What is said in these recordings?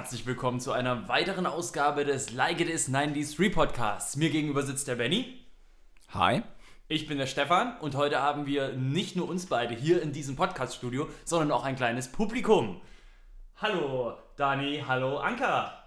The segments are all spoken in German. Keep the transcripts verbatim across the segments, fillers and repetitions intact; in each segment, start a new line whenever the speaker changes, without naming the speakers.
herzlich willkommen zu einer weiteren Ausgabe des Like It Is neunzig Podcasts. Mir gegenüber sitzt der Benny.
Hi.
Ich bin der Stefan und heute haben wir nicht nur uns beide hier in diesem Podcast-Studio, sondern auch ein kleines Publikum. Hallo Dani, hallo Anka.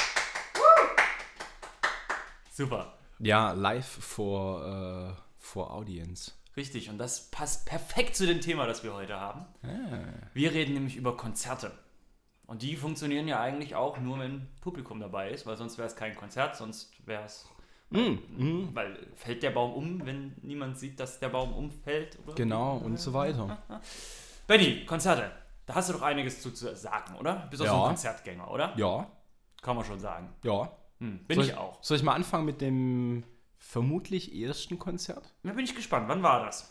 Super.
Ja, live for, uh, for Audience.
Richtig, und das passt perfekt zu dem Thema, das wir heute haben.
Ah.
Wir reden nämlich über Konzerte. Und die funktionieren ja eigentlich auch nur, wenn Publikum dabei ist, weil sonst wäre es kein Konzert, sonst wäre es...
Mm, mm.
Weil fällt der Baum um, wenn niemand sieht, dass der Baum umfällt? Oder?
Genau, und so weiter.
Benni, Konzerte. Da hast du doch einiges zu, zu sagen, oder? Bist auch
Ja.
so ein Konzertgänger, oder?
Ja,
Kann man schon sagen.
ja.
Hm, bin
soll
ich auch.
Soll ich mal anfangen mit dem vermutlich ersten Konzert?
Da bin ich gespannt. Wann war das?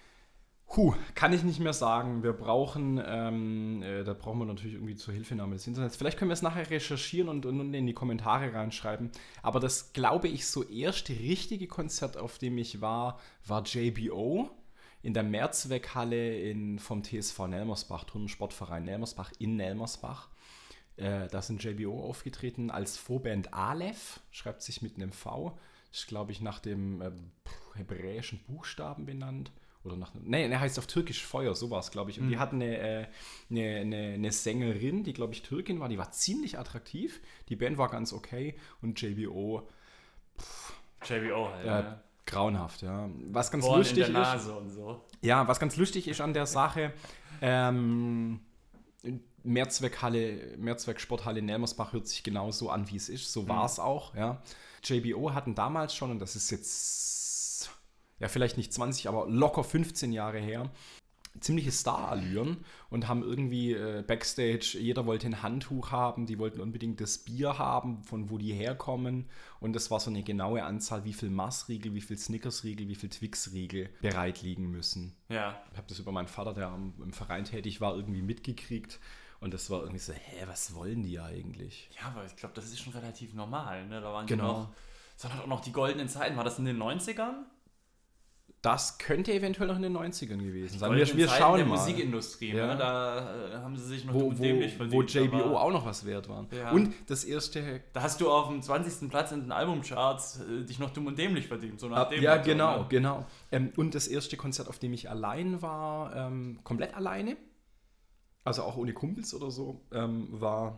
Huh, kann ich nicht mehr sagen. Wir brauchen, ähm, äh, da brauchen wir natürlich irgendwie zur Hilfenahme des Internets. Vielleicht können wir es nachher recherchieren und, und, und in die Kommentare reinschreiben. Aber das, glaube ich, so erste richtige Konzert, auf dem ich war, war J B O in der Mehrzweckhalle in, vom T S V Nelmersbach, Turnsportverein Nelmersbach in Nelmersbach. Äh, da sind J B O aufgetreten als Vorband Aleph, schreibt sich mit einem V. Ist, glaube ich, nach dem äh, hebräischen Buchstaben benannt. Oder nach, nee, er heißt auf Türkisch Feuer, so war es, glaube ich. Und mhm. die hatten eine, äh, eine, eine, eine Sängerin, die, glaube ich, Türkin war, die war ziemlich attraktiv. Die Band war ganz okay und J B O, pff,
J B O halt,
äh,
ja.
Grauenhaft, ja. Was ganz
Born
lustig
in der Nase
ist.
Und so.
Ja, was ganz lustig ist an der Sache, ähm, Mehrzweckhalle, Mehrzwecksporthalle in Nelmersbach hört sich genauso an, wie es ist. So war es mhm. auch, ja. J B O hatten damals schon, und das ist jetzt ja, vielleicht nicht zwanzig, aber locker fünfzehn Jahre her, ziemliche Star-Allüren und haben irgendwie äh, Backstage, jeder wollte ein Handtuch haben, die wollten unbedingt das Bier haben, von wo die herkommen, und das war so eine genaue Anzahl, wie viel Mars-Riegel, wie viel Snickers-Riegel, wie viel Twix-Riegel bereit liegen müssen.
Ja.
Ich habe das über meinen Vater, der am, im Verein tätig war, irgendwie mitgekriegt, und das war irgendwie so, hä, was wollen die eigentlich?
Ja, aber ich glaube, das ist schon relativ normal, ne? Da waren
genau.
die noch, sondern auch noch die goldenen Zeiten. War das in den neunzigern?
Das könnte eventuell noch in den neunzigern gewesen sein.
Wir, wir schauen der
mal.
Musikindustrie,
ja.
ne? Da äh, haben sie sich noch
wo,
dumm und dämlich verdient.
Wo J B O auch noch was wert waren.
Ja.
Und das erste...
Da hast du auf dem zwanzigsten Platz in den Albumcharts äh, dich noch dumm und dämlich verdient. So nach
Ab,
dem
ja,
Motto,
genau,
ne?
genau. Ähm, und das erste Konzert, auf dem ich allein war, ähm, komplett alleine, also auch ohne Kumpels oder so, ähm, war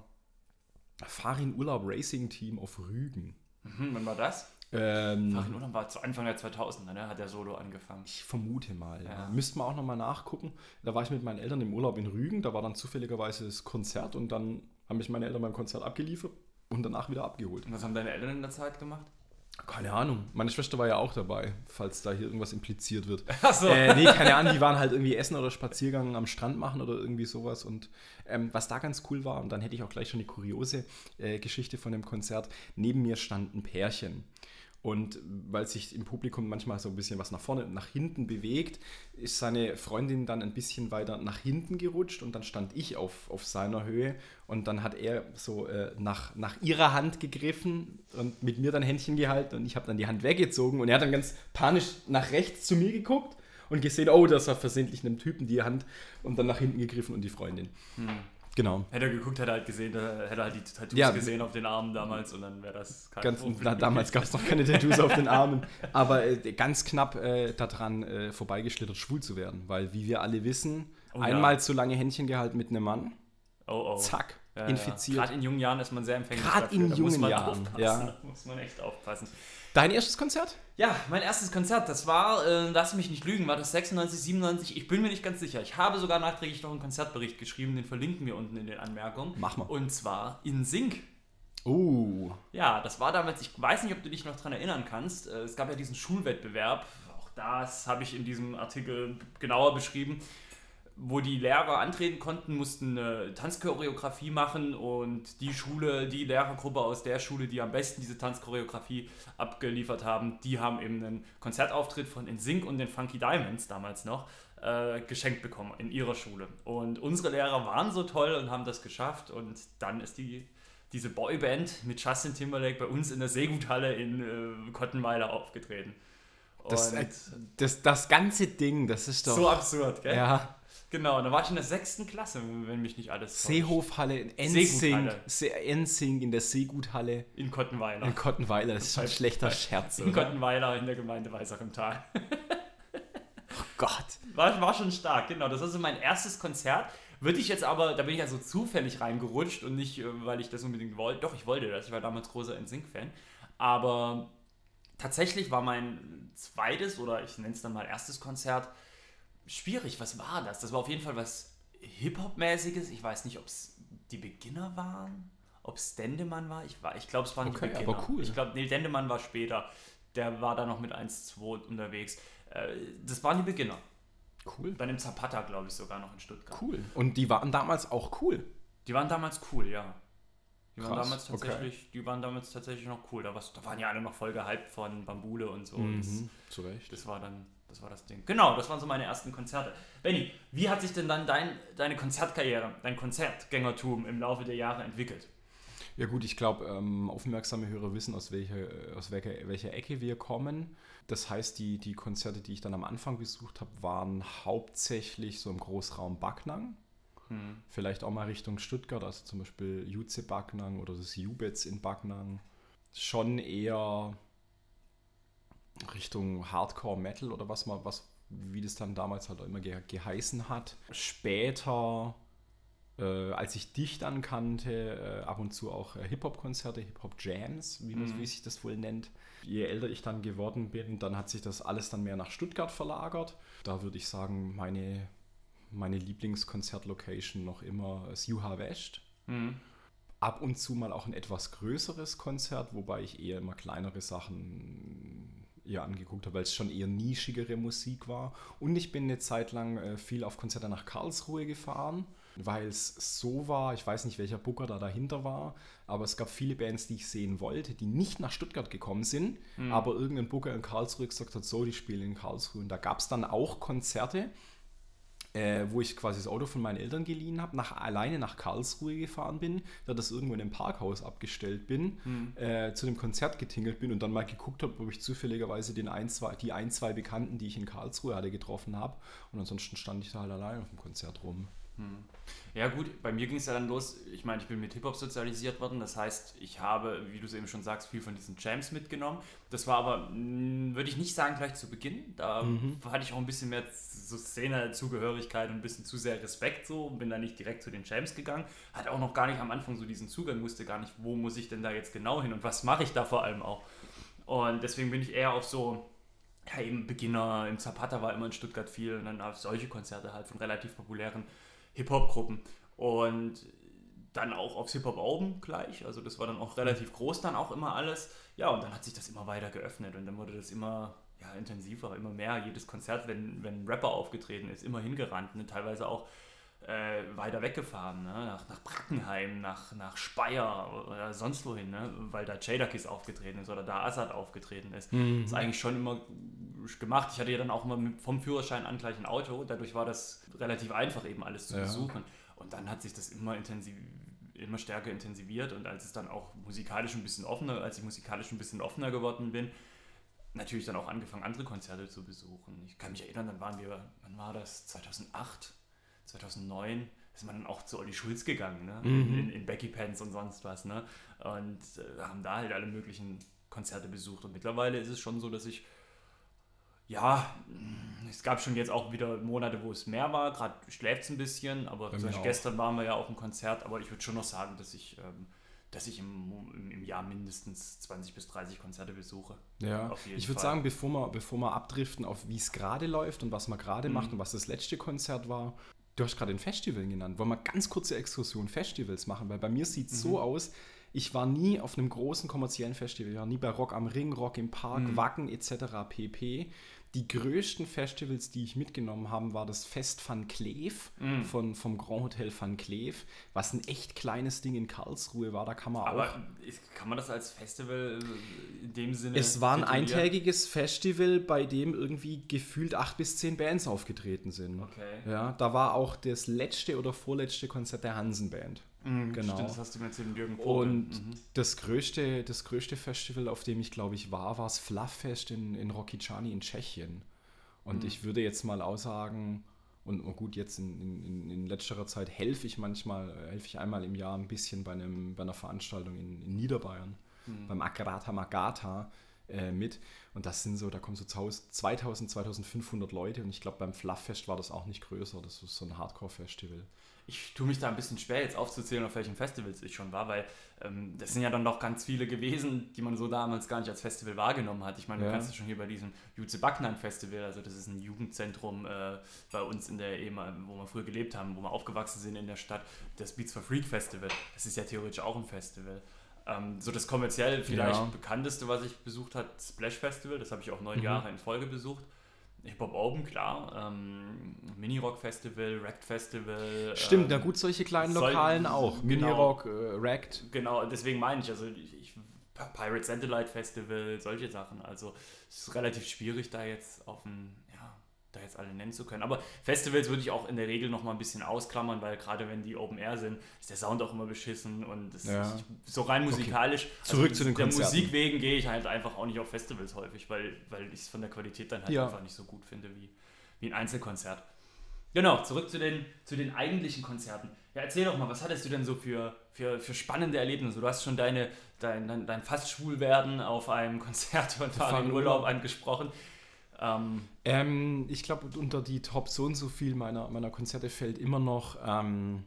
Farin Urlaub Racing Team auf Rügen.
Mhm, wann war das?
Ähm,
Farin Urlaub war zu Anfang der zweitausender, ne? Hat der Solo angefangen.
Ich vermute mal. Ja.
Ja.
Müssten wir auch nochmal nachgucken. Da war ich mit meinen Eltern im Urlaub in Rügen, da war dann zufälligerweise das Konzert und dann haben mich meine Eltern beim Konzert abgeliefert und danach wieder abgeholt.
Und was haben deine Eltern in der Zeit gemacht?
Keine Ahnung. Meine Schwester war ja auch dabei, falls da hier irgendwas impliziert wird.
Ach so.
Äh, nee, keine Ahnung, die waren halt irgendwie essen oder Spaziergang am Strand machen oder irgendwie sowas. Und ähm, was da ganz cool war, und dann hätte ich auch gleich schon die kuriose äh, Geschichte von dem Konzert, neben mir stand ein Pärchen. Und weil sich im Publikum manchmal so ein bisschen was nach vorne und nach hinten bewegt, ist seine Freundin dann ein bisschen weiter nach hinten gerutscht und dann stand ich auf, auf seiner Höhe und dann hat er so äh, nach, nach ihrer Hand gegriffen und mit mir dann Händchen gehalten und ich habe dann die Hand weggezogen und er hat dann ganz panisch nach rechts zu mir geguckt und gesehen, oh, das war versehentlich einem Typen die Hand und dann nach hinten gegriffen und die Freundin.
Hm.
Genau.
Hätte er geguckt, hätte er halt gesehen, hätte er halt die Tattoos
ja,
gesehen auf den Armen damals und dann wäre das kein
ganz,
Problem.
na, damals gab es noch keine Tattoos auf den Armen, aber äh, ganz knapp äh, daran äh, vorbeigeschlittert, schwul zu werden, weil, wie wir alle wissen,
oh,
einmal
ja.
zu lange Händchen gehalten mit einem Mann,
oh, oh.
zack,
ja,
infiziert.
Ja. Gerade in jungen Jahren ist man sehr empfänglich
Gerade
dafür.
in
Da
jungen
muss man
Jahren,
aufpassen.
ja.
Da muss man echt aufpassen.
Dein erstes Konzert?
Ja, mein erstes Konzert, das war, äh, lass mich nicht lügen, war das sechsundneunzig, siebenundneunzig, ich bin mir nicht ganz sicher. Ich habe sogar nachträglich noch einen Konzertbericht geschrieben, den verlinken wir unten in den Anmerkungen.
Mach mal.
Und zwar in Sync.
Uh.
Ja, das war damals, ich weiß nicht, ob du dich noch daran erinnern kannst, äh, es gab ja diesen Schulwettbewerb, auch das habe ich in diesem Artikel genauer beschrieben, wo die Lehrer antreten konnten, mussten eine Tanzchoreografie machen und die Schule, die Lehrergruppe aus der Schule, die am besten diese Tanzchoreografie abgeliefert haben, die haben eben einen Konzertauftritt von N Sync und den Funky Diamonds damals noch äh, geschenkt bekommen in ihrer Schule. Und unsere Lehrer waren so toll und haben das geschafft und dann ist die, diese Boyband mit Justin Timberlake bei uns in der Seeguthalle in äh, Kottenmeiler aufgetreten.
Das, äh, das, das ganze Ding, das ist doch...
So absurd, gell?
Ja.
Genau, da war ich in der sechsten Klasse, wenn mich nicht alles täuscht.
Seehofhalle in Enzing, Se- Enzing in der Seeguthalle.
In Kottenweiler.
In Kottenweiler, das ist schon ein schlechter Scherz,
In
oder?
Kottenweiler in der Gemeinde Weisach im Tal.
Oh Gott.
War, war schon stark, genau. Das war so mein erstes Konzert. Würde ich jetzt aber, da bin ich ja so zufällig reingerutscht und nicht, äh, weil ich das unbedingt wollte. Doch, ich wollte das. Ich war damals großer N Sync-Fan. Aber tatsächlich war mein zweites oder ich nenne es dann mal erstes Konzert schwierig. Was war das? Das war auf jeden Fall was Hip-Hop-mäßiges. Ich weiß nicht, ob es die Beginner waren, ob es Dendemann war. Ich, war- ich glaube, es waren
Okay,
die Beginner.
aber cool.
Ich glaube, nee, Dendemann war später. Der war da noch mit eins zwei unterwegs. Äh, Das waren die Beginner.
Cool.
Bei dem Zapata, glaube ich, sogar noch in Stuttgart.
Cool. Und die waren damals auch cool.
Die waren damals cool, ja. Die waren
Krass,
damals tatsächlich, die waren damals tatsächlich noch cool. Da, was, da waren ja alle noch voll gehypt von Bambule und so. Das,
Mhm, zu Recht.
das war dann, das war das Ding. Genau, das waren so meine ersten Konzerte. Benni, wie hat sich denn dann dein, deine Konzertkarriere, dein Konzertgängertum im Laufe der Jahre entwickelt?
Ja gut, ich glaube, ähm, aufmerksame Hörer wissen, aus welcher, aus welcher, welcher Ecke wir kommen. Das heißt, die, die Konzerte, die ich dann am Anfang besucht habe, waren hauptsächlich so im Großraum Backnang.
Hm.
Vielleicht auch mal Richtung Stuttgart, also zum Beispiel Jutze Backnang oder das Jubetz in Backnang. Schon eher Richtung Hardcore Metal oder was man, was, wie das dann damals halt auch immer ge geheißen hat. Später, äh, als ich dich dann kannte, äh, ab und zu auch äh, Hip-Hop-Konzerte, Hip-Hop-Jams, wie, man-
Mhm.
wie sich das wohl nennt. Je älter ich dann geworden bin, dann hat sich das alles dann mehr nach Stuttgart verlagert. Da würde ich sagen, meine, meine Lieblingskonzertlocation noch immer das Juha West.
Hm.
Ab und zu mal auch ein etwas größeres Konzert, wobei ich eher immer kleinere Sachen eher angeguckt habe, weil es schon eher nischigere Musik war. Und ich bin eine Zeit lang äh, viel auf Konzerte nach Karlsruhe gefahren, weil es so war, ich weiß nicht, welcher Booker da dahinter war, aber es gab viele Bands, die ich sehen wollte, die nicht nach Stuttgart gekommen sind,
Mhm.
aber irgendein Booker in Karlsruhe gesagt hat, so, die spielen in Karlsruhe. Und da gab es dann auch Konzerte, äh, wo ich quasi das Auto von meinen Eltern geliehen habe, nach, alleine nach Karlsruhe gefahren bin, da das irgendwo in einem Parkhaus abgestellt bin,
Mhm.
äh, zu dem Konzert getingelt bin und dann mal geguckt habe, ob ich zufälligerweise den ein, zwei, die ein, zwei Bekannten, die ich in Karlsruhe hatte, getroffen habe. Und ansonsten stand ich da halt allein auf dem Konzert rum.
Hm. Ja gut, bei mir ging es ja dann los, ich meine, ich bin mit Hip-Hop sozialisiert worden, das heißt, ich habe, wie du es eben schon sagst, viel von diesen Jams mitgenommen. Das war aber, mh, würde ich nicht sagen, gleich zu Beginn. Da
Mhm.
hatte ich auch ein bisschen mehr so Szene-Zugehörigkeit und ein bisschen zu sehr Respekt so und bin da nicht direkt zu den Jams gegangen. Hatte auch noch gar nicht am Anfang so diesen Zugang, wusste gar nicht, wo muss ich denn da jetzt genau hin und was mache ich da vor allem auch. Und deswegen bin ich eher auf so, ja eben Beginner, im Zapata war immer in Stuttgart viel und dann auf solche Konzerte halt von relativ populären Hip-Hop-Gruppen und dann auch aufs Hip-Hop-Album gleich, also das war dann auch relativ groß dann auch immer alles, ja und dann hat sich das immer weiter geöffnet und dann wurde das immer ja, intensiver, immer mehr, jedes Konzert, wenn, wenn ein Rapper aufgetreten ist, immer hingerannt, ne? Teilweise auch äh, weiter weggefahren, ne? nach, nach Brackenheim, nach, nach Speyer oder sonst wohin, ne? Weil da Jadakiss aufgetreten ist oder da Assad aufgetreten ist.
Mhm.
Das ist eigentlich schon immer gemacht. Ich hatte ja dann auch immer mit- vom Führerschein an gleich ein Auto, dadurch war das relativ einfach eben alles zu
Ja.
besuchen. Und dann hat sich das immer intensiv, immer stärker intensiviert und als es dann auch musikalisch ein bisschen offener, als ich musikalisch ein bisschen offener geworden bin, natürlich dann auch angefangen, andere Konzerte zu besuchen. Ich kann mich erinnern, dann waren wir, wann war das? zweitausendacht, zweitausendneun ist man dann auch zu Olli Schulz gegangen, ne?
Mhm.
in, in Becky Pants und sonst was, ne? Und äh, haben da halt alle möglichen Konzerte besucht. Und mittlerweile ist es schon so, dass ich, ja, es gab schon jetzt auch wieder Monate, wo es mehr war, gerade schläft es ein bisschen, aber
Bei
zum
mir
Beispiel
auch.
gestern waren wir ja auf einem Konzert, aber ich würde schon noch sagen, dass ich, ähm, dass ich im, im, im Jahr mindestens zwanzig bis dreißig Konzerte besuche.
Ja,
Auf jeden
ich würde
Fall.
sagen, bevor wir, bevor wir abdriften auf wie es gerade läuft und was man gerade
Mhm.
macht und was das letzte Konzert war, du hast gerade ein Festival genannt. Wollen wir ganz kurze Exkursion Festivals machen? Weil bei mir sieht es
Mhm.
so aus, ich war nie auf einem großen kommerziellen Festival, ich war nie bei Rock am Ring, Rock im Park,
Mhm.
Wacken et cetera pp. Die größten Festivals, die ich mitgenommen habe, war das Fest Van Cleef
Mhm.
von, vom Grand Hotel Van Cleef, was ein echt kleines Ding in Karlsruhe war. Da kann man auch...
Aber ist, kann man das als Festival äh, in dem Sinne
Es war ein
titulieren?
eintägiges Festival, bei dem irgendwie gefühlt acht bis zehn Bands aufgetreten sind.
Okay.
Ja, da war auch das letzte oder vorletzte Konzert der Hansen-Band.
Mhm,
Genau.
Stimmt, das hast du mir erzählt mit Jürgen Vogel.
Und
Mhm.
das, größte, das größte Festival, auf dem ich glaube ich war, war das Flufffest in, in Rokycany in Tschechien. Und
Mhm.
ich würde jetzt mal aussagen, Und gut, jetzt in, in, in letzterer Zeit helfe ich manchmal, äh, helfe ich einmal im Jahr ein bisschen bei, einem, bei einer Veranstaltung in, in Niederbayern, mhm. beim Agrata Magata äh, mit. Und das sind so, da kommen so zweitausend, zweitausendfünfhundert Leute und ich glaube beim Flufffest war das auch nicht größer, das ist so ein Hardcore-Festival.
Ich tue mich da ein bisschen schwer, jetzt aufzuzählen, auf welchen Festivals ich schon war, weil ähm, das sind ja dann noch ganz viele gewesen, die man so damals gar nicht als Festival wahrgenommen hat. Ich meine, ja. du kannst ja schon hier bei diesem Jutze Backnang Festival, also das ist ein Jugendzentrum äh, bei uns in der Ehe, wo wir früher gelebt haben, wo wir aufgewachsen sind in der Stadt, das Beats for Freak Festival, das ist ja theoretisch auch ein Festival. Ähm, so das kommerziell vielleicht ja. bekannteste, was ich besucht habe, Splash Festival, das habe ich auch neun mhm. Jahre in Folge besucht. Hip-Hop Open, klar. Ähm, Mini-Rock Festival, Wrecked Festival.
Stimmt,
ähm,
na gut, solche kleinen Lokalen soll, auch. Genau, Mini-Rock, äh, Wrecked.
Genau, deswegen meine ich, also ich, ich, Pirate Satellite Festival, solche Sachen. Also es ist relativ schwierig, da jetzt auf ein, ja, da jetzt alle nennen zu können. Aber Festivals würde ich auch in der Regel noch mal ein bisschen ausklammern, weil gerade wenn die Open Air sind, ist der Sound auch immer beschissen und das
ja.
ist so rein musikalisch.
Okay. Zurück
also
zu den Konzerten.
Der Musik wegen gehe ich halt einfach auch nicht auf Festivals häufig, weil, weil ich es von der Qualität dann halt
ja.
einfach nicht so gut finde wie, wie ein Einzelkonzert. Genau, zurück zu den, zu den eigentlichen Konzerten. Ja, erzähl doch mal, was hattest du denn so für, für, für spannende Erlebnisse? Du hast schon deine, dein, dein, dein fast Schwulwerden auf einem Konzert von Farin Urlaub angesprochen.
Ähm, ähm, ich glaube, unter die Top so und so viel meiner, meiner Konzerte fällt immer noch, ähm,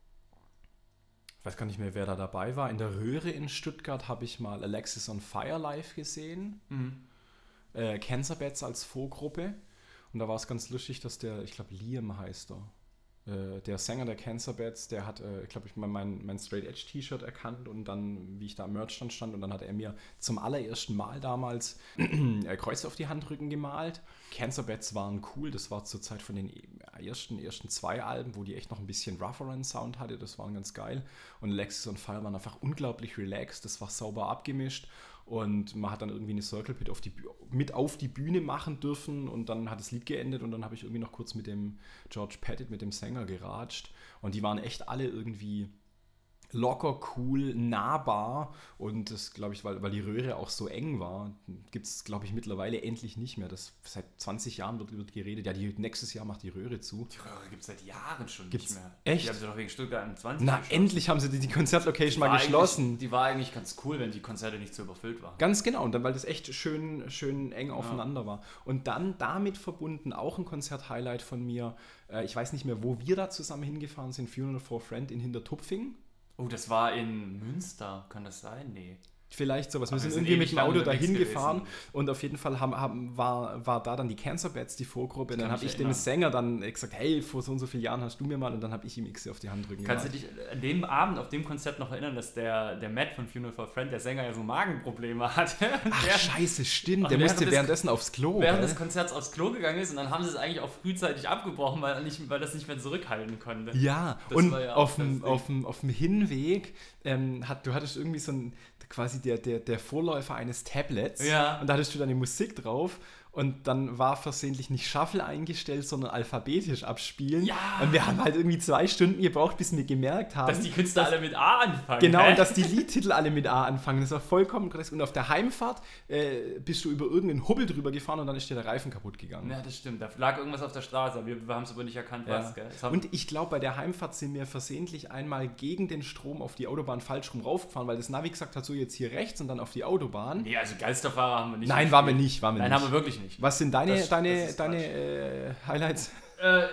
ich weiß gar nicht mehr, wer da dabei war. In der Röhre in Stuttgart habe ich mal Alexis on Fire live gesehen. Mhm. Äh, Cancer Bats als Vorgruppe. Und da war es ganz lustig, dass der, ich glaube Liam heißt er, äh, der Sänger der Cancer Bats, der hat, äh, glaube ich, mein, mein, mein Straight Edge T-Shirt erkannt und dann, wie ich da am Merchstand stand, und dann hat er mir zum allerersten Mal damals Kreuze auf die Handrücken gemalt. Cancer Bats waren cool, das war zur Zeit von den ersten, ersten zwei Alben, wo die echt noch ein bisschen rougheren Sound hatte, das waren ganz geil. Und Alexis on Fire waren einfach unglaublich relaxed, das war sauber abgemischt. Und man hat dann irgendwie eine Circle Pit auf die, mit auf die Bühne machen dürfen und dann hat das Lied geendet und dann habe ich irgendwie noch kurz mit dem George Pettit, mit dem Sänger, geratscht. Und die waren echt alle irgendwie locker, cool, nahbar und das, glaube ich, weil, weil die Röhre auch so eng war, gibt es, glaube ich, mittlerweile endlich nicht mehr. Das seit zwanzig Jahren wird, wird geredet. Ja, die, nächstes Jahr macht die Röhre zu.
Die Röhre gibt es seit Jahren schon
gibt's
nicht mehr.
Echt?
Die haben sie doch wegen Stuttgart einundzwanzig
Na, geschlossen. Endlich haben sie die, die Konzertlocation mal geschlossen.
Die war eigentlich ganz cool, wenn die Konzerte nicht so überfüllt waren.
Ganz genau, und dann, weil das echt schön, schön eng aufeinander ja. war. Und dann damit verbunden auch ein Konzert-Highlight von mir. Äh, ich weiß nicht mehr, wo wir da zusammen hingefahren sind. Funeral for a Friend in Hintertupfing.
Oh, das war in Münster, kann das sein? Nee.
Vielleicht sowas. Wir sind, sind irgendwie mit dem Auto dahin gefahren und auf jeden Fall haben, haben, war, war da dann die Cancer Bats, die Vorgruppe. Und dann habe ich erinnern. dem Sänger dann gesagt, hey, vor so und so vielen Jahren hast du mir mal, und dann habe ich ihm X auf die Hand drücken
Kannst gemacht. Du dich an dem Abend auf dem Konzert noch erinnern, dass der, der Matt von Funeral for a Friend, der Sänger, ja so Magenprobleme hatte?
Ach
der,
scheiße, stimmt. Der musste währenddessen aufs Klo.
Während des Konzerts aufs Klo gegangen ist und dann haben sie es eigentlich auch frühzeitig abgebrochen, weil er nicht, weil das nicht mehr zurückhalten konnte.
Ja, das und ja auf, dem, auf, dem, auf dem Hinweg, ähm, hat, du hattest irgendwie so ein quasi der, der, der Vorläufer eines Tablets.
Ja.
Und da hattest du dann die Musik drauf und dann war versehentlich nicht Shuffle eingestellt, sondern alphabetisch abspielen.
Ja.
Und wir haben halt irgendwie zwei Stunden gebraucht, bis wir gemerkt haben,
dass die Künstler dass, alle mit A anfangen.
Genau,
hä?
Und dass die Liedtitel alle mit A anfangen. Das war vollkommen krass. Und auf der Heimfahrt äh, bist du über irgendeinen Hubbel drüber gefahren und dann ist dir der Reifen kaputt gegangen.
Ja, das stimmt. Da lag irgendwas auf der Straße. Wir, wir haben es aber nicht erkannt,
ja.
was. Gell?
Und ich glaube, bei der Heimfahrt sind wir versehentlich einmal gegen den Strom auf die Autobahn falsch rum raufgefahren, weil das Navi gesagt hat, so jetzt hier rechts und dann auf die Autobahn.
Nee, also Geisterfahrer haben wir nicht.
Nein, waren wir nicht. Waren wir
Nein,
nicht.
haben wir wirklich nicht.
Was sind deine,
das,
deine,
das
deine äh, Highlights?
Äh,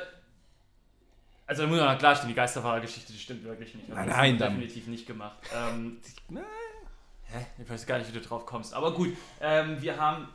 also da muss man mal klarstellen, die Geisterfahrer-Geschichte, die stimmt wirklich nicht. Also,
nein,
das
nein,
haben wir
dann.
definitiv nicht gemacht. Ähm, hä? Ich weiß gar nicht, wie du drauf kommst. Aber gut, ähm, wir haben...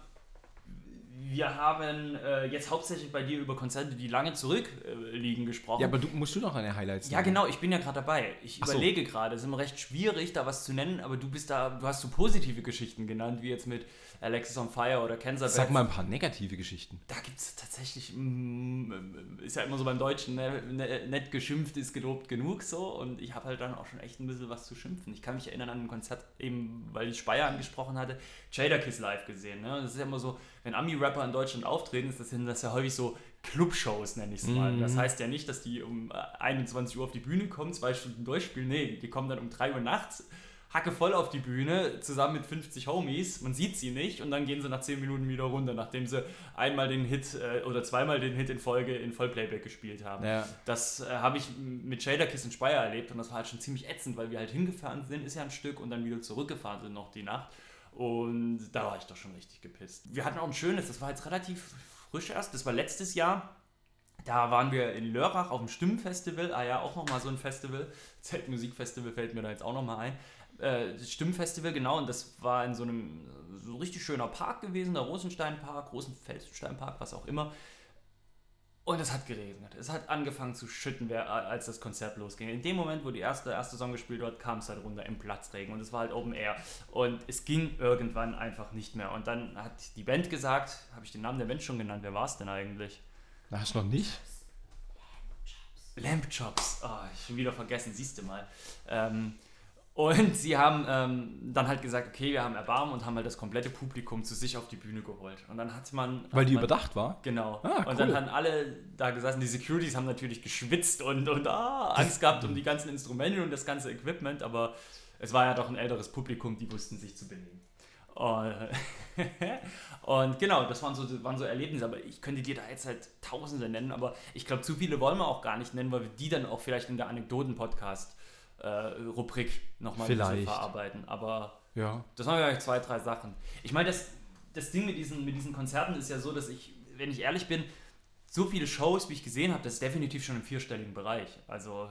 Wir haben äh, jetzt hauptsächlich bei dir über Konzerte, die lange zurückliegen, äh, gesprochen.
Ja, aber du, musst du noch deine Highlights
Ja,
nehmen?
genau, ich bin ja gerade dabei. Ich
Ach
überlege so. gerade, es ist immer recht schwierig, da was zu nennen, aber du bist da, du hast so positive Geschichten genannt, wie jetzt mit Alexis on Fire oder Cancer Bats.
Sag mal ein paar negative Geschichten.
Da gibt es tatsächlich, mm, ist ja immer so beim Deutschen, ne, ne, nett geschimpft ist gelobt genug so, und ich habe halt dann auch schon echt ein bisschen was zu schimpfen. Ich kann mich erinnern an ein Konzert, eben weil ich Speyer angesprochen hatte, Jadakiss live gesehen. Ne? Das ist ja immer so, wenn Ami-Rapper in Deutschland auftreten, ist das, sind das ja häufig so Clubshows, nenne ich es mal. Mhm. Das heißt ja nicht, dass die um einundzwanzig Uhr auf die Bühne kommen, zwei Stunden durchspielen. Nee, die kommen dann um drei Uhr nachts, hackevoll auf die Bühne, zusammen mit fünfzig Homies. Man sieht sie nicht und dann gehen sie nach zehn Minuten wieder runter, nachdem sie einmal den Hit äh, oder zweimal den Hit in Folge in Vollplayback gespielt haben.
Ja.
Das äh, habe ich mit Shader Kiss in Speyer erlebt und das war halt schon ziemlich ätzend, weil wir halt hingefahren sind, ist ja ein Stück, und dann wieder zurückgefahren sind noch die Nacht. Und da war ich doch schon richtig gepisst. Wir hatten auch ein schönes, das war jetzt relativ frisch erst, das war letztes Jahr. Da waren wir in Lörrach auf dem Stimmenfestival, ah ja, auch nochmal so ein Festival, Zeltmusikfestival fällt mir da jetzt auch nochmal ein. Äh, das Stimmenfestival, genau, und das war in so einem so richtig schöner Park gewesen, der Rosensteinpark, Rosenfelsensteinpark, was auch immer. Und es hat geregnet. Es hat angefangen zu schütten, als das Konzert losging. In dem Moment, wo die erste, erste Song gespielt wird, kam es halt runter im Platzregen. Und es war halt Open Air. Und es ging irgendwann einfach nicht mehr. Und dann hat die Band gesagt, habe ich den Namen der Band schon genannt, wer war es denn eigentlich?
Na, hast du noch nicht?
Lamb Chops. Oh, ich schon wieder vergessen, siehst du mal. Ähm, Und sie haben ähm, dann halt gesagt, okay, wir haben Erbarmen und haben halt das komplette Publikum zu sich auf die Bühne geholt. Und dann hat man...
Weil
hat
die
man,
überdacht war?
Genau.
Ah,
und
cool.
dann haben alle da gesessen, die Securities haben natürlich geschwitzt und, und ah, Angst gehabt um die ganzen Instrumente und das ganze Equipment, aber es war ja doch ein älteres Publikum, die wussten sich zu benehmen. Und, und genau, das waren so, waren so Erlebnisse, aber ich könnte dir da jetzt halt Tausende nennen, aber ich glaube, zu viele wollen wir auch gar nicht nennen, weil wir die dann auch vielleicht in der Anekdoten-Podcast Äh, Rubrik nochmal ein bisschen verarbeiten. Aber
ja.
Das waren ja zwei, drei Sachen. Ich meine, das, das Ding mit diesen, mit diesen Konzerten ist ja so, dass ich, wenn ich ehrlich bin, so viele Shows, wie ich gesehen habe, das ist definitiv schon im vierstelligen Bereich. Also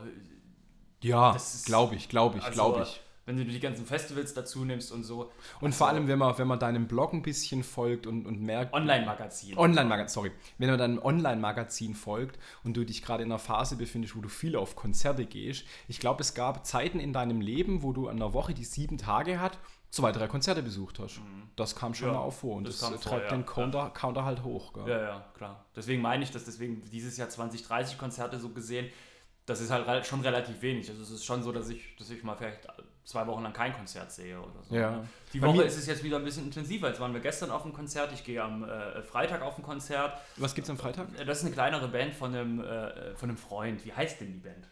ja, glaube ich, glaube ich,
also,
glaube ich.
Wenn du die ganzen Festivals dazu nimmst und so.
Und
also,
vor allem, wenn man, wenn man deinem Blog ein bisschen folgt und, und merkt...
Online-Magazin.
Online-Magazin, sorry. Wenn man deinem Online-Magazin folgt und du dich gerade in einer Phase befindest, wo du viel auf Konzerte gehst, ich glaube, es gab Zeiten in deinem Leben, wo du an einer Woche, die sieben Tage hat, zwei, drei Konzerte besucht hast. Mhm. Das kam schon ja, mal auch vor und das, das treibt vor, ja. den Counter, ja. Counter halt hoch. Gell?
Ja, ja, klar. Deswegen meine ich, dass deswegen dieses Jahr zwanzig, dreißig Konzerte so gesehen, das ist halt schon relativ wenig. Also es ist schon so, dass ich, dass ich mal vielleicht zwei Wochen lang kein Konzert sehe oder so.
Ja.
Die Woche ist es jetzt wieder ein bisschen intensiver. Jetzt waren wir gestern auf dem Konzert, ich gehe am äh, Freitag auf ein Konzert.
Was gibt's am Freitag?
Das ist eine kleinere Band von einem, äh, von einem Freund. Wie heißt denn die Band?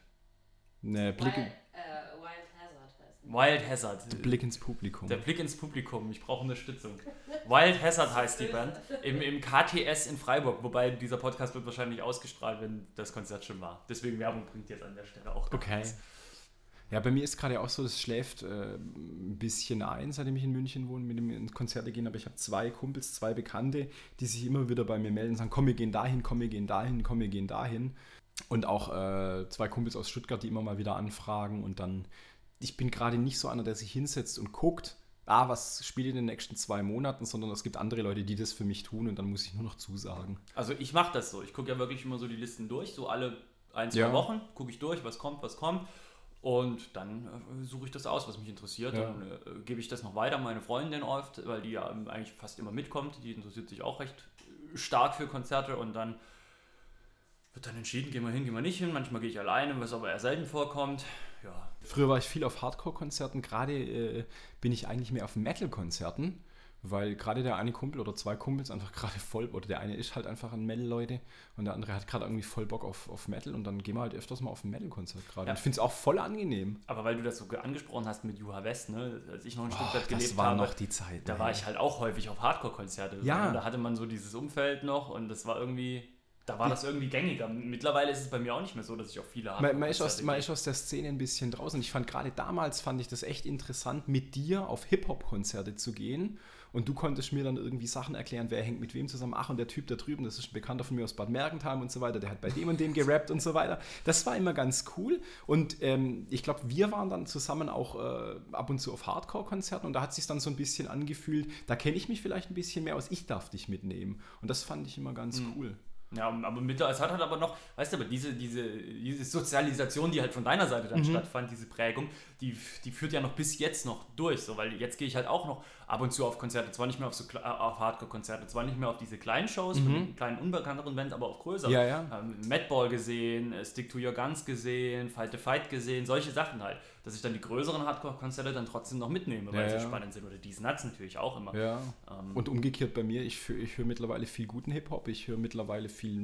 Ne, Blick in,
Wild, äh, Wild Hazard heißt die.
Wild Hazard.
Der Blick ins Publikum.
Der Blick ins Publikum. Ich brauche Unterstützung. Wild Hazard heißt die Band. Im, Im K T S in Freiburg. Wobei dieser Podcast wird wahrscheinlich ausgestrahlt, wenn das Konzert schon war. Deswegen Werbung bringt jetzt an der Stelle auch gar
Okay.
nichts.
Ja, bei mir ist gerade auch so, das schläft äh, ein bisschen ein, seitdem ich in München wohne, mit dem ins Konzerte gehen. Aber ich habe zwei Kumpels, zwei Bekannte, die sich immer wieder bei mir melden und sagen, komm, wir gehen dahin, komm, wir gehen dahin, komm, wir gehen dahin. Und auch äh, zwei Kumpels aus Stuttgart, die immer mal wieder anfragen. Und dann, ich bin gerade nicht so einer, der sich hinsetzt und guckt, ah, was spielt in den nächsten zwei Monaten, sondern es gibt andere Leute, die das für mich tun und dann muss ich nur noch zusagen.
Also ich mache das so. Ich gucke ja wirklich immer so die Listen durch, so alle ein, zwei
Ja.
Wochen gucke ich durch, was kommt, was kommt. Und dann äh, suche ich das aus, was mich interessiert.
Ja.
Dann äh, gebe ich das noch weiter an meine Freundin oft, weil die ja ähm, eigentlich fast immer mitkommt. Die interessiert sich auch recht stark für Konzerte. Und dann wird dann entschieden, gehen wir hin, gehen wir nicht hin. Manchmal gehe ich alleine, was aber eher selten vorkommt. Ja.
Früher war ich viel auf Hardcore-Konzerten, gerade äh, bin ich eigentlich mehr auf Metal-Konzerten, weil gerade der eine Kumpel oder zwei Kumpels einfach gerade voll, oder der eine ist halt einfach ein Metal-Leute und der andere hat gerade irgendwie voll Bock auf, auf Metal und dann gehen wir halt öfters mal auf ein Metal-Konzert gerade.
Ja.
Und ich finde es auch voll angenehm.
Aber weil du das so angesprochen hast mit Juha West, ne? Als ich noch in
Oh,
Stuttgart gelebt
das war
habe,
noch die Zeit.
da
ne?
war ich halt auch häufig auf Hardcore-Konzerte.
Ja.
Und da hatte man so dieses Umfeld noch und das war irgendwie... Da war das irgendwie gängiger. Mittlerweile ist es bei mir auch nicht mehr so, dass ich auch viele habe.
Man, man, ist aus, man ist aus der Szene ein bisschen draußen. Ich fand gerade damals, fand ich das echt interessant, mit dir auf Hip-Hop-Konzerte zu gehen. Und du konntest mir dann irgendwie Sachen erklären, wer hängt mit wem zusammen. Ach, und der Typ da drüben, das ist ein Bekannter von mir aus Bad Mergentheim und so weiter. Der hat bei dem und dem gerappt und so weiter. Das war immer ganz cool. Und ähm, ich glaube, wir waren dann zusammen auch äh, ab und zu auf Hardcore-Konzerten. Und da hat es sich dann so ein bisschen angefühlt, da kenne ich mich vielleicht ein bisschen mehr aus. Ich darf dich mitnehmen. Und das fand ich immer ganz mhm. cool.
Ja, aber mit, es hat halt aber noch, weißt du, aber diese, diese, diese Sozialisation, die halt von deiner Seite dann mhm. stattfand, diese Prägung, die, die führt ja noch bis jetzt noch durch, so, weil jetzt gehe ich halt auch noch ab und zu auf Konzerte, zwar nicht mehr auf, so, auf Hardcore-Konzerte, zwar nicht mehr auf diese kleinen Shows, mhm. von den kleinen unbekannteren Bands, aber auch größer.
Ja, ja.
Ähm, Madball gesehen, Stick to Your Guns gesehen, Fight the Fight gesehen, solche Sachen halt, dass ich dann die größeren Hardcore-Konzerte dann trotzdem noch mitnehme, weil
ja,
sie
ja.
spannend sind, oder die Nuts natürlich auch immer.
Ja.
Ähm,
und umgekehrt bei mir, ich, ich höre mittlerweile viel guten Hip-Hop, ich höre mittlerweile viel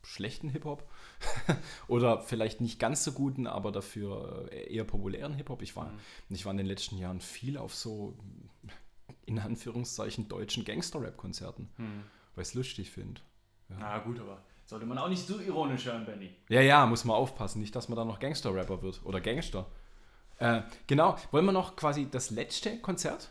schlechten Hip-Hop oder vielleicht nicht ganz so guten, aber dafür eher populären Hip-Hop. Ich war,
Mhm.
ich war in den letzten Jahren viel auf so, in Anführungszeichen, deutschen Gangster-Rap-Konzerten,
Hm.
weil ich es lustig finde.
Na gut, aber sollte man auch nicht so ironisch hören, Benny.
Ja, ja, muss man aufpassen, nicht, dass man dann noch Gangster-Rapper wird oder Gangster. Äh, genau, wollen wir noch quasi das letzte Konzert?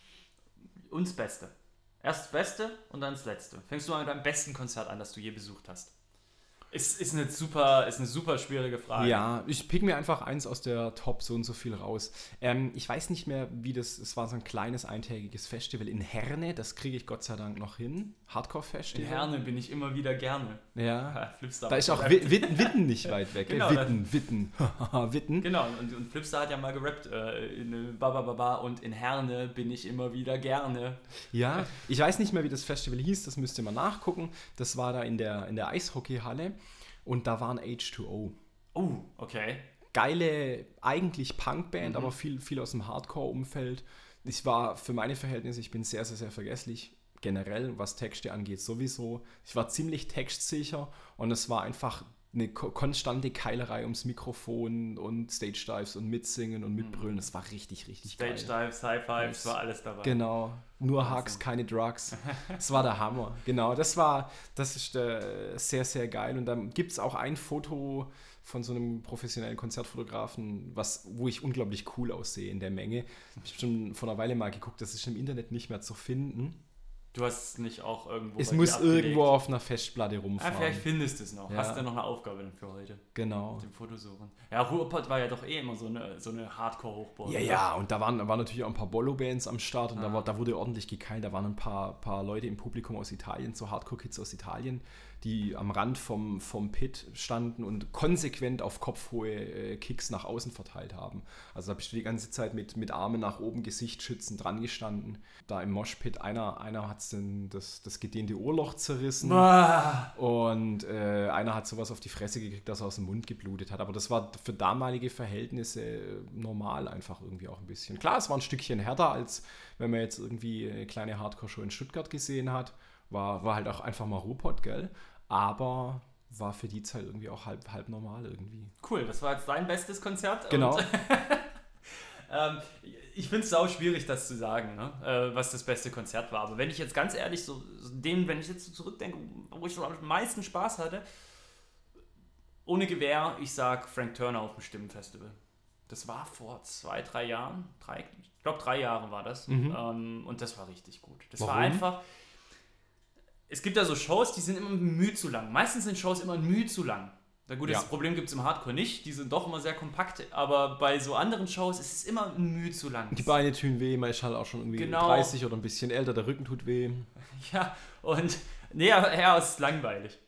Uns Beste. Erst das Beste und dann das Letzte. Fängst du mal mit deinem besten Konzert an, das du je besucht hast? Ist, ist, eine, super, ist eine super schwierige Frage.
Ja, ich pick mir einfach eins aus der Top so und so viel raus. Ähm, ich weiß nicht mehr, wie das, es war so ein kleines eintägiges Festival in Herne, das kriege ich Gott sei Dank noch hin. Hardcore-Festival.
In Herne bin ich immer wieder gerne.
Ja.
Flipstar
Da ist auch
gerappt.
Wi- Witten, Witten nicht weit weg.
Genau,
Äh, Witten, Witten, Witten.
Genau, und, und Flipstar hat ja mal gerappt, äh, in Baba Baba und in Herne bin ich immer wieder gerne.
Ja, ich weiß nicht mehr, wie das Festival hieß, das müsst ihr mal nachgucken. Das war da in der, in der Eishockeyhalle und da waren H zwei O.
Oh, okay.
Geile, eigentlich Punkband,
Mhm.
aber viel, viel aus dem Hardcore-Umfeld. Ich war für meine Verhältnisse, ich bin sehr, sehr, sehr vergesslich. Generell, was Texte angeht, sowieso. Ich war ziemlich textsicher und es war einfach eine ko- konstante Keilerei ums Mikrofon und Stage-Dives und Mitsingen und Mitbrüllen. Das war richtig, richtig
Stage
geil.
Dives, High Fives, war alles dabei.
Genau, nur
Wahnsinn.
Hugs, keine Drugs. Das war der Hammer. Genau, das war, das ist äh, sehr, sehr geil. Und dann gibt es auch ein Foto von so einem professionellen Konzertfotografen, was, wo ich unglaublich cool aussehe in der Menge. Ich habe schon vor einer Weile mal geguckt, das ist im Internet nicht mehr zu finden.
Du hast es nicht auch irgendwo
Es
bei dir
muss
abgelegt?
irgendwo auf einer Festplatte
Ah,
rumfahren.
vielleicht findest du es noch.
Ja.
Hast du noch eine Aufgabe dann für heute?
Genau.
Mit dem Fotosuchen. Ja, Ruhrpott war ja doch eh immer so eine, so eine Hardcore-Hochburg.
Ja,
oder?
ja, und da waren, waren natürlich auch ein paar Bollo-Bands am Start und
Ah.
da, war, da wurde ordentlich gekeilt. Da waren ein paar, paar Leute im Publikum aus Italien, so Hardcore-Kids aus Italien, die am Rand vom, vom Pit standen und konsequent auf kopfhohe äh, Kicks nach außen verteilt haben. Also da bist du die ganze Zeit mit, mit Armen nach oben, Gesicht schützend dran gestanden. Da im Moshpit, einer, einer hat das, das gedehnte Ohrloch zerrissen.
Ah.
Und äh, einer hat sowas auf die Fresse gekriegt, dass er aus dem Mund geblutet hat. Aber das war für damalige Verhältnisse äh, normal einfach irgendwie auch ein bisschen. Klar, es war ein Stückchen härter, als wenn man jetzt irgendwie eine kleine Hardcore-Show in Stuttgart gesehen hat. War, war halt auch einfach mal Ruhrpott, gell? Aber war für die Zeit irgendwie auch halb, halb normal irgendwie.
Cool, das war jetzt dein bestes Konzert.
Genau.
Und, ähm, ich finde es sau schwierig, das zu sagen, ne? äh, was das beste Konzert war. Aber wenn ich jetzt ganz ehrlich so, so dem, wenn ich jetzt so zurückdenke, wo ich so am meisten Spaß hatte, ohne Gewehr, ich sag Frank Turner auf dem Stimmenfestival. Das war vor zwei, drei Jahren. Drei, ich glaube, drei Jahre war das.
Mhm.
Ähm, und das war richtig gut. Das
Warum?
war einfach. Es gibt da so Shows, die sind immer müh zu lang. Meistens sind Shows immer müh zu lang. Na gut,
Ja.
das Problem gibt es im Hardcore nicht. Die sind doch immer sehr kompakt. Aber bei so anderen Shows ist es immer müh zu lang.
Die Beine tun weh, man ist halt auch schon irgendwie
Genau.
dreißig oder ein bisschen älter, der Rücken tut weh.
Ja, und nee, aber ja, es ist langweilig.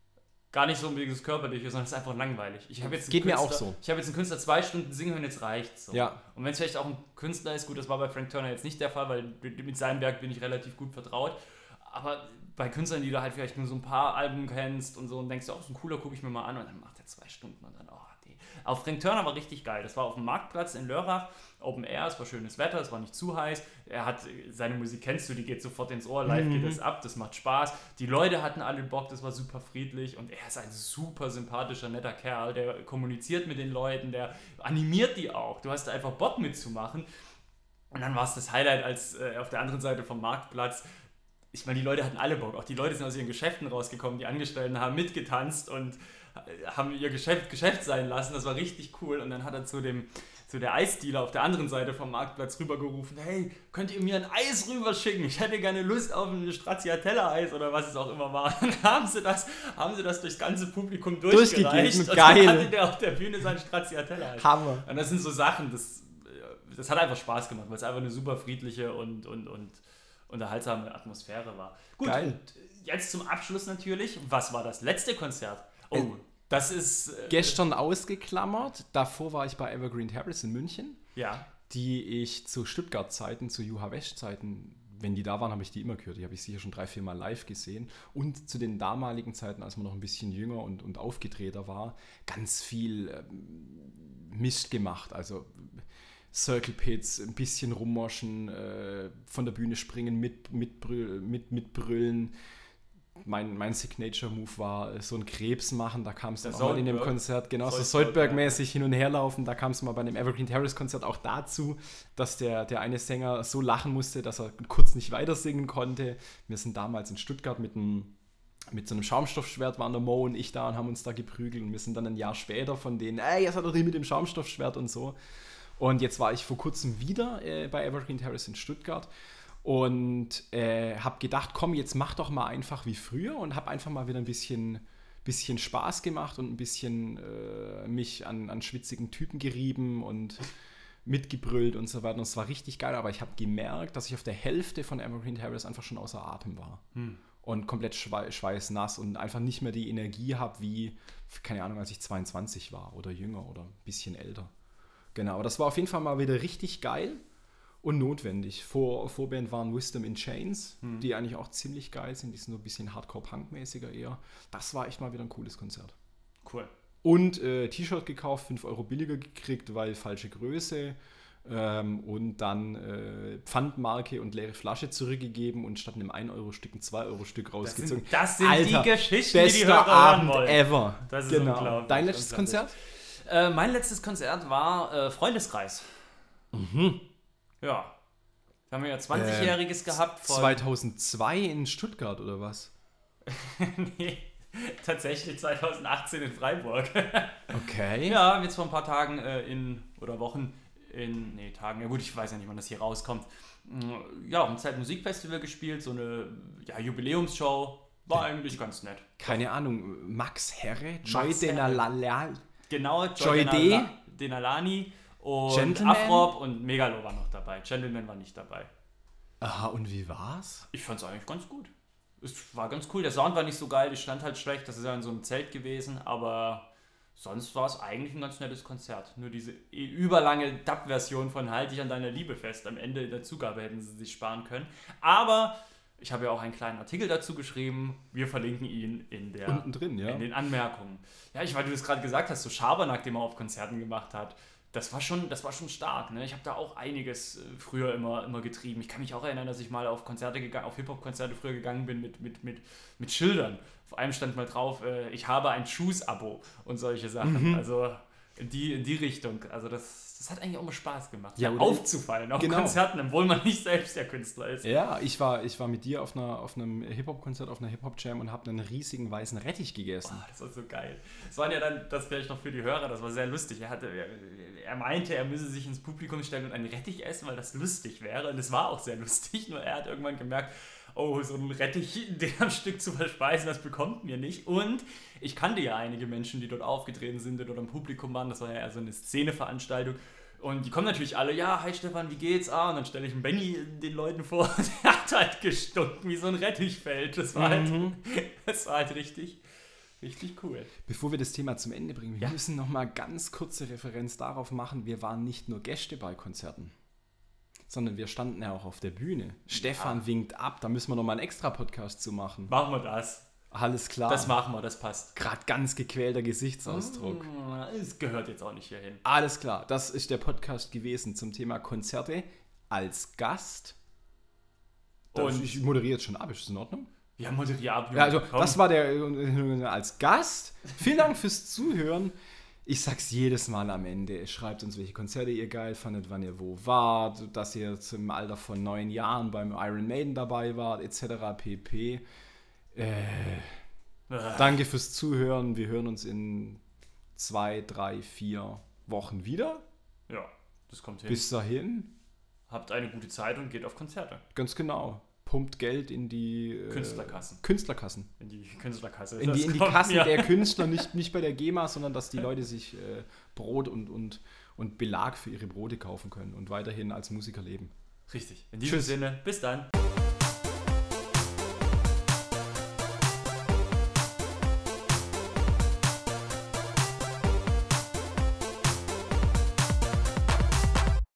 Gar nicht so unbedingt das Körperliche, sondern es ist einfach langweilig. Ich habe jetzt einen
Geht mir
Künstler-
auch so.
Ich habe jetzt einen Künstler zwei Stunden singen hören, jetzt reicht's so.
Ja.
Und wenn es vielleicht auch ein Künstler ist, gut, das war bei Frank Turner jetzt nicht der Fall, weil mit seinem Werk bin ich relativ gut vertraut. Aber bei Künstlern, die du halt vielleicht nur so ein paar Alben kennst und so und denkst, oh, so ein cooler, gucke ich mir mal an und dann macht er zwei Stunden und dann, oh, die. Auch Frank Turner war richtig geil. Das war auf dem Marktplatz in Lörrach, Open Air, es war schönes Wetter, es war nicht zu heiß. Er hat, seine Musik kennst du, die geht sofort ins Ohr, live
Mhm.
geht das ab, das macht Spaß. Die Leute hatten alle Bock, das war super friedlich und er ist ein super sympathischer, netter Kerl, der kommuniziert mit den Leuten, der animiert die auch. Du hast da einfach Bock mitzumachen. Und dann war es das Highlight, als äh, auf der anderen Seite vom Marktplatz, ich meine, die Leute hatten alle Bock. Auch die Leute sind aus ihren Geschäften rausgekommen, die Angestellten haben mitgetanzt und äh, haben ihr Geschäft, Geschäft sein lassen. Das war richtig cool. Und dann hat er zu dem zu der Eisdealer auf der anderen Seite vom Marktplatz rübergerufen, hey, könnt ihr mir ein Eis rüberschicken? Ich hätte gerne Lust auf ein Stracciatella-Eis oder was es auch immer war. Dann haben sie das, haben sie das durchs ganze Publikum durchgereicht.
Durchgegeben,
und
geil.
dann hatte der auf der Bühne sein Stracciatella-Eis.
Hammer.
Und das sind so Sachen, das, das hat einfach Spaß gemacht, weil es einfach eine super friedliche und, und, und unterhaltsame Atmosphäre war. Gut,
Geil.
und jetzt zum Abschluss natürlich, was war das letzte Konzert? Oh,
Äh,
das ist... Äh,
Gestern ausgeklammert, davor war ich bei Evergreen Terrace in München,
Ja,
die ich zu Stuttgart-Zeiten, zu Juha West-Zeiten, wenn die da waren, habe ich die immer gehört. Die habe ich sicher schon drei, vier Mal live gesehen. Und zu den damaligen Zeiten, als man noch ein bisschen jünger und, und aufgedrehter war, ganz viel ähm, Mist gemacht. Also Circle Pits, ein bisschen rummoschen, äh, von der Bühne springen, mit, mit, mit, mitbrüllen. mein, mein Signature-Move war so ein Krebs machen, da kam es dann
Der
auch mal in dem
Soldberg.
Konzert, genau, so
Soldberg,
Soldberg-mäßig hin und her laufen, da kam es mal bei dem Evergreen Terrace-Konzert auch dazu, dass der, der eine Sänger so lachen musste, dass er kurz nicht weiter singen konnte. Wir sind damals in Stuttgart mit einem mit so einem Schaumstoffschwert, waren der Mo und ich da und haben uns da geprügelt und wir sind dann ein Jahr später von denen, ey, jetzt hat er die mit dem Schaumstoffschwert und so. Und jetzt war ich vor kurzem wieder äh, bei Evergreen Terrace in Stuttgart und äh, habe gedacht, komm, jetzt mach doch mal einfach wie früher und habe einfach mal wieder ein bisschen, bisschen Spaß gemacht und ein bisschen äh, mich an, an schwitzigen Typen gerieben und mitgebrüllt und so weiter. Und es war richtig geil, aber ich habe gemerkt, dass ich auf der Hälfte von Evergreen Terrace einfach schon außer Atem war. Hm. Und komplett schwei- schweißnass und einfach nicht mehr die Energie habe, wie, keine Ahnung, als ich zweiundzwanzig war oder jünger oder ein bisschen älter. Genau, aber das war auf jeden Fall mal wieder richtig geil und notwendig. Vor, Vorband waren Wisdom in Chains, hm. die eigentlich auch ziemlich geil sind. Die sind so ein bisschen Hardcore-Punk-mäßiger eher. Das war echt mal wieder ein cooles Konzert.
Cool.
Und äh, T-Shirt gekauft, fünf Euro billiger gekriegt, weil falsche Größe. Ähm, und dann äh, Pfandmarke und leere Flasche zurückgegeben und statt einem ein Euro Stück ein zwei Euro Stück rausgezogen.
Das sind, das sind
Alter,
die Geschichten, die die
bester
Hörer hören
Abend
wollen.
ever.
Das ist
genau.
unglaublich.
Dein letztes Konzert?
Äh, mein letztes Konzert war äh, Freundeskreis.
Mhm.
Ja. Da haben wir ja zwanzigjähriges äh, gehabt. Von
zweitausendzwei in Stuttgart oder was?
Nee, tatsächlich zweitausendachtzehn in Freiburg.
Okay.
Ja, jetzt vor ein paar Tagen äh, in, oder Wochen in, nee, Tagen, ja gut, ich weiß ja nicht, wann das hier rauskommt. Ja, auf dem Zeitmusikfestival gespielt, so eine ja, Jubiläumsshow. War eigentlich ganz nett.
Keine Ahnung, Max Herre, Joy
Max
Denalala.
Genau,
Joy D.
Denalani und
Gentleman?
Afrop und Megalo war noch dabei. Gentleman war nicht dabei.
Aha, und wie war's?
Ich fand's eigentlich ganz gut. Es war ganz cool. Der Sound war nicht so geil, ich stand halt schlecht. Das ist ja in so einem Zelt gewesen, aber sonst war es eigentlich ein ganz nettes Konzert. Nur diese überlange Dub-Version von Halt dich an deiner Liebe fest. Am Ende in der Zugabe hätten sie sich sparen können. Aber ich habe ja auch einen kleinen Artikel dazu geschrieben. Wir verlinken ihn in der,
unten drin, ja.
in den Anmerkungen. Ja, ich, weil du das gerade gesagt hast, so Schabernack, den man auf Konzerten gemacht hat. Das war schon, das war schon stark. Ne? Ich habe da auch einiges äh, früher immer, immer getrieben. Ich kann mich auch erinnern, dass ich mal auf Konzerte gegangen, auf Hip-Hop-Konzerte früher gegangen bin mit, mit, mit, mit Schildern. Auf einem stand mal drauf, äh, ich habe ein Shoes-Abo und solche Sachen. Mhm. Also in die, in die Richtung. Also das, das hat eigentlich auch mal Spaß gemacht,
ja,
aufzufallen auf
genau.
Konzerten, obwohl man nicht selbst der Künstler ist.
Ja, ich war, ich war mit dir auf, einer, auf einem Hip-Hop-Konzert, auf einer Hip-Hop-Jam und habe einen riesigen weißen Rettich gegessen.
Oh, das war so geil. Das waren ja dann, das vielleicht noch für die Hörer, das war sehr lustig. Er, hatte, er, er meinte, er müsse sich ins Publikum stellen und einen Rettich essen, weil das lustig wäre. Und es war auch sehr lustig, nur er hat irgendwann gemerkt, oh, so ein Rettich, den am Stück zu verspeisen, das bekommt mir nicht. Und ich kannte ja einige Menschen, die dort aufgetreten sind, die dort im Publikum waren. Das war ja eher so eine Szeneveranstaltung. Und die kommen natürlich alle, ja, hi Stefan, wie geht's? Ah, und dann stelle ich einen Benny den Leuten vor, der hat halt gestunken wie so ein Rettichfeld. Das war halt, mhm. das war halt richtig, richtig cool.
Bevor wir das Thema zum Ende bringen, wir
ja.
müssen noch mal ganz kurze Referenz darauf machen, wir waren nicht nur Gäste bei Konzerten, sondern wir standen ja auch auf der Bühne. Stefan ja. winkt ab, da müssen wir noch mal einen extra Podcast zu machen.
Machen wir das.
Alles klar.
Das machen wir, das passt.
Gerade ganz gequälter Gesichtsausdruck.
Es gehört jetzt auch nicht hierhin.
Alles klar, das ist der Podcast gewesen zum Thema Konzerte als Gast. Und ich moderiere jetzt schon ab, ist das in Ordnung?
Ja, moderiere ab.
Ja, also, das war der äh, als Gast. Vielen Dank fürs Zuhören. Ich sag's jedes Mal am Ende. Schreibt uns, welche Konzerte ihr geil fandet, wann ihr wo wart, dass ihr im Alter von neun Jahren beim Iron Maiden dabei wart, et cetera pp. Äh, danke fürs Zuhören. Wir hören uns in zwei, drei, vier Wochen wieder.
Ja, das kommt hin.
Bis dahin.
Habt eine gute Zeit und geht auf Konzerte.
Ganz genau. Pumpt Geld in die äh,
Künstlerkassen.
Künstlerkassen.
In die Künstlerkasse.
In die, in die Kassen ja. der Künstler, nicht, nicht bei der GEMA, sondern dass die Leute sich äh, Brot und, und, und Belag für ihre Brote kaufen können und weiterhin als Musiker leben.
Richtig. In diesem
Tschüss.
Sinne, bis dann.